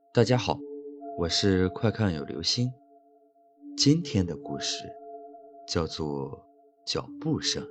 大家好，我是快看有流星。今天的故事叫做脚步声。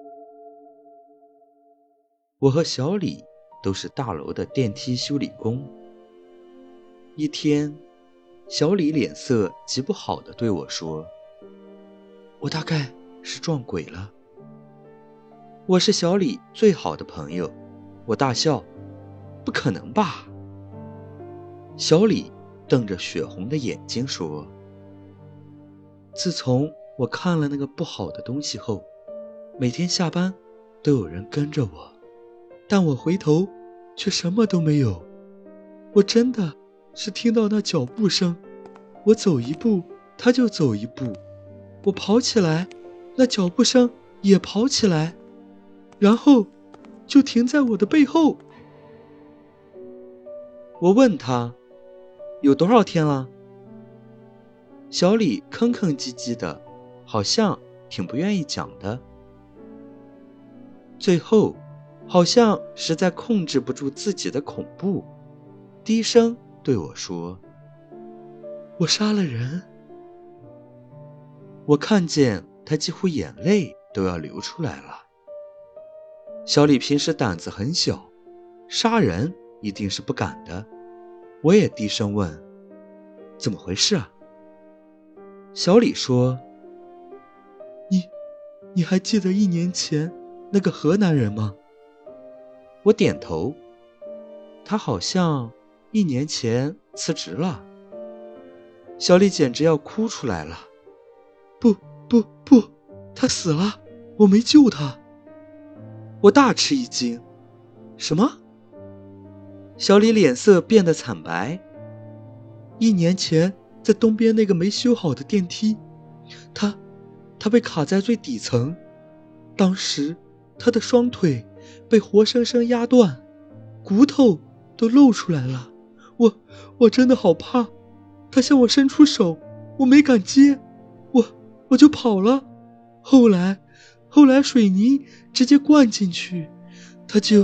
我和小李都是大楼的电梯修理工。一天，小李脸色极不好地对我说：“我大概是撞鬼了。”我是小李最好的朋友，我大笑：“不可能吧？”小李瞪着血红的眼睛说：“自从我看了那个不好的东西后，每天下班都有人跟着我，但我回头却什么都没有。我真的是听到那脚步声，我走一步他就走一步，我跑起来，那脚步声也跑起来，然后就停在我的背后。”我问他有多少天了？小李吭吭唧唧的，好像挺不愿意讲的。最后好像实在控制不住自己的恐怖，低声对我说：“我杀了人。”我看见他几乎眼泪都要流出来了。小李平时胆子很小，杀人一定是不敢的。我也低声问：“怎么回事啊？”小李说：“你还记得1年前那个河南人吗？”我点头。他好像1年前辞职了。小李简直要哭出来了。不，他死了，我没救他。我大吃一惊。什么？小李脸色变得惨白。1年前在东边那个没修好的电梯，他被卡在最底层，当时他的双腿被活生生压断，骨头都露出来了。我真的好怕，他向我伸出手，我没敢接，我就跑了。后来水泥直接灌进去，他就……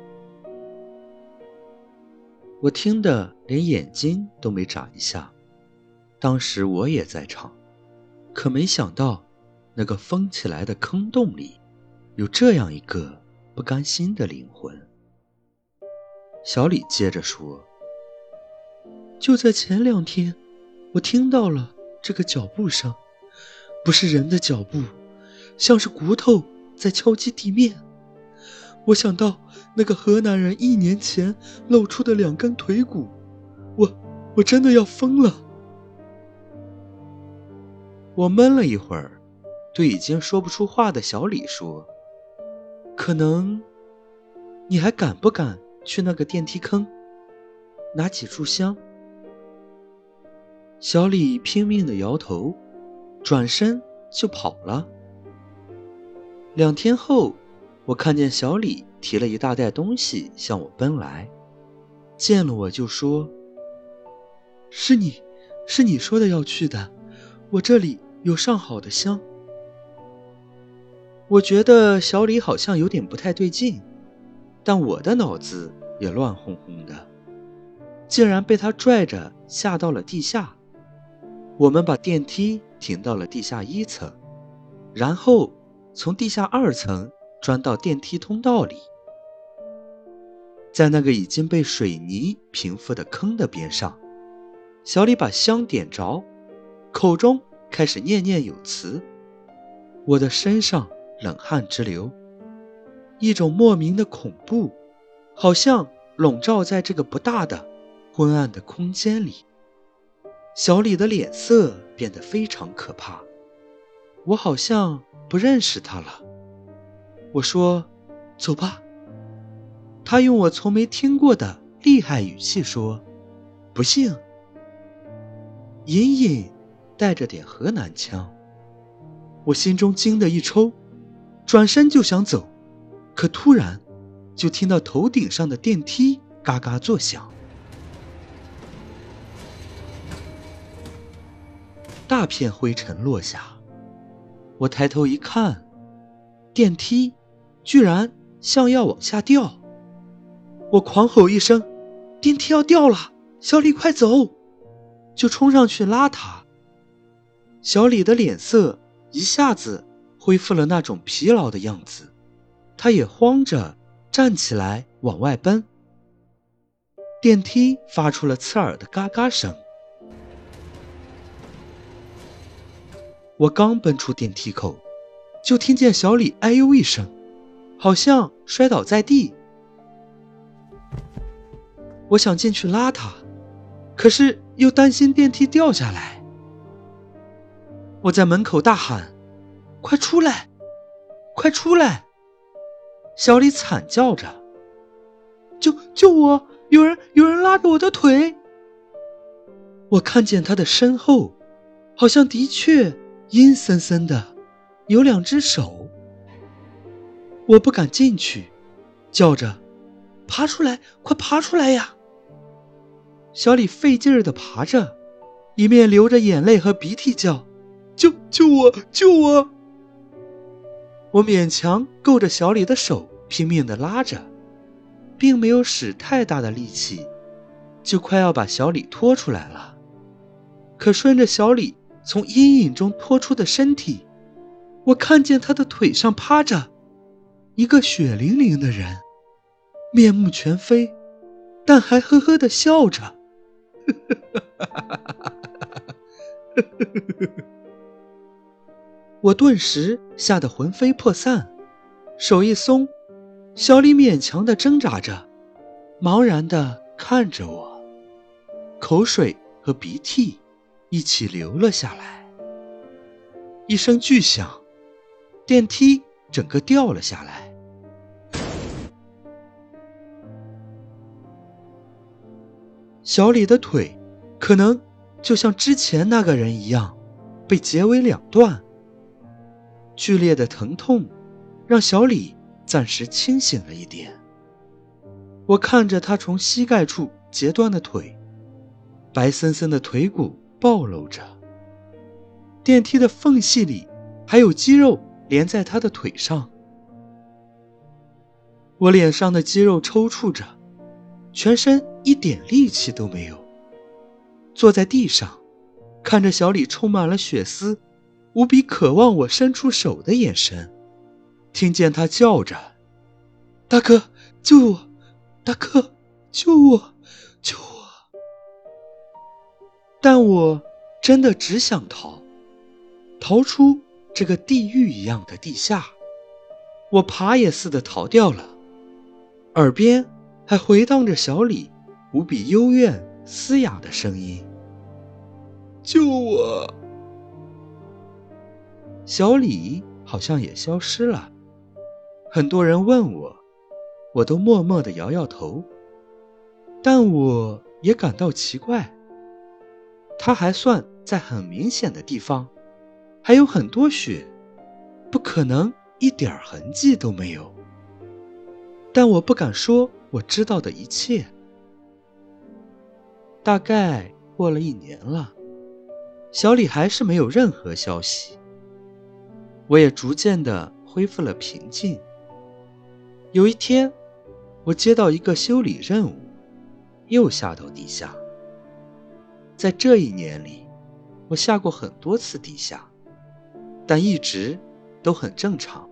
我听得连眼睛都没眨一下。当时我也在场，可没想到那个封起来的坑洞里有这样一个不甘心的灵魂。小李接着说：“就在前2天，我听到了这个脚步声，不是人的脚步，像是骨头在敲击地面。我想到那个河南人1年前露出的2根腿骨，我真的要疯了。”我闷了一会儿，对已经说不出话的小李说：“可能你还敢不敢去那个电梯坑，拿几炷香？”小李拼命地摇头，转身就跑了。2天后，我看见小李提了一大袋东西向我奔来，见了我就说：“是你说的要去的，我这里有上好的香。”我觉得小李好像有点不太对劲，但我的脑子也乱哄哄的，竟然被他拽着下到了地下。我们把电梯停到了地下1层，然后从地下2层钻到电梯通道里。在那个已经被水泥平复的坑的边上，小李把香点着，口中开始念念有词。我的身上冷汗直流，一种莫名的恐怖好像笼罩在这个不大的昏暗的空间里。小李的脸色变得非常可怕，我好像不认识他了。我说：“走吧。”他用我从没听过的厉害语气说：“不信。”隐隐带着点河南腔。我心中惊得一抽，转身就想走，可突然就听到头顶上的电梯嘎嘎作响，大片灰尘落下。我抬头一看，电梯居然像要往下掉。我狂吼一声：“电梯要掉了， 小李快走！就冲上去拉他。小李的脸色一下子恢复了那种疲劳的样子，他也慌着站起来往外奔。电梯发出了刺耳的嘎嘎声。我刚奔出电梯口，就听见小李哎呦一声，好像摔倒在地。我想进去拉他，可是又担心电梯掉下来。我在门口大喊：快出来，快出来！小李惨叫着：救我，有人拉着我的腿。我看见他的身后好像的确阴森森的有2只手。我不敢进去，叫着：爬出来，快爬出来呀！小李费劲儿地爬着，一面流着眼泪和鼻涕叫：救我，救我！我勉强够着小李的手，拼命地拉着，并没有使太大的力气，就快要把小李拖出来了。可顺着小李从阴影中拖出的身体，我看见他的腿上趴着一个血淋淋的人，面目全非，但还呵呵地笑着。我顿时吓得魂飞魄散，手一松，小李勉强地挣扎着，茫然地看着我，口水和鼻涕一起流了下来。一声巨响，电梯整个掉了下来。小李的腿可能就像之前那个人一样，被截为2段。剧烈的疼痛让小李暂时清醒了一点。我看着他从膝盖处截断的腿，白森森的腿骨暴露着，电梯的缝隙里还有肌肉连在他的腿上。我脸上的肌肉抽搐着，全身一点力气都没有，坐在地上，看着小李充满了血丝，无比渴望我伸出手的眼神，听见他叫着：大哥，救我！大哥，救我！救我！但我真的只想逃出这个地狱一样的地下。我爬也似的逃掉了，耳边还回荡着小李无比幽怨嘶哑的声音：救我！小李好像也消失了，很多人问我，我都默默地摇摇头，但我也感到奇怪。他还算在很明显的地方，还有很多血，不可能一点痕迹都没有。但我不敢说我知道的一切。大概过了1年了，小李还是没有任何消息。我也逐渐地恢复了平静。有一天，我接到一个修理任务，又下到地下。在这1年里，我下过很多次地下，但一直都很正常。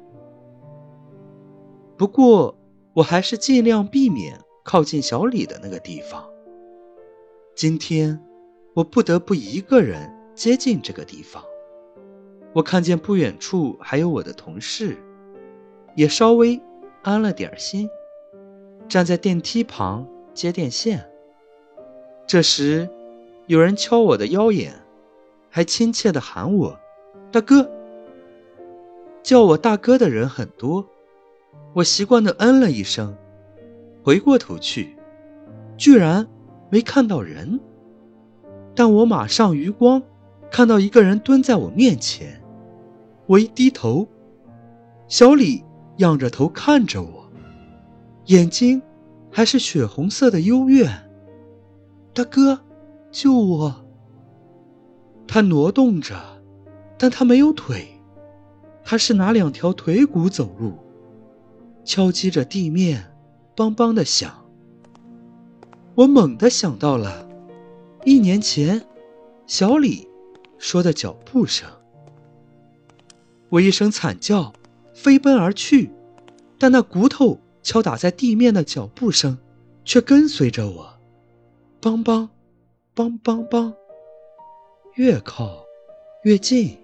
不过，我还是尽量避免靠近小李的那个地方。今天，我不得不一个人接近这个地方。我看见不远处还有我的同事，也稍微安了点心，站在电梯旁接电线。这时，有人敲我的腰眼，还亲切地喊我大哥。叫我大哥的人很多，我习惯地嗯了一声，回过头去，居然没看到人。但我马上余光看到一个人蹲在我面前，我一低头，小李仰着头看着我，眼睛还是血红色的幽怨。大哥，救我！他挪动着，但他没有腿，他是拿2条腿骨走路，敲击着地面，梆梆地响。我猛地想到了 1年前小李说的脚步声。我一声惨叫，飞奔而去，但那骨头敲打在地面的脚步声却跟随着我，梆梆梆梆梆，越靠越近。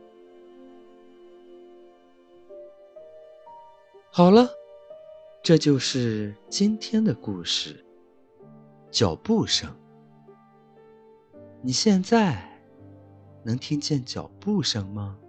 好了，这就是今天的故事，脚步声。你现在能听见脚步声吗？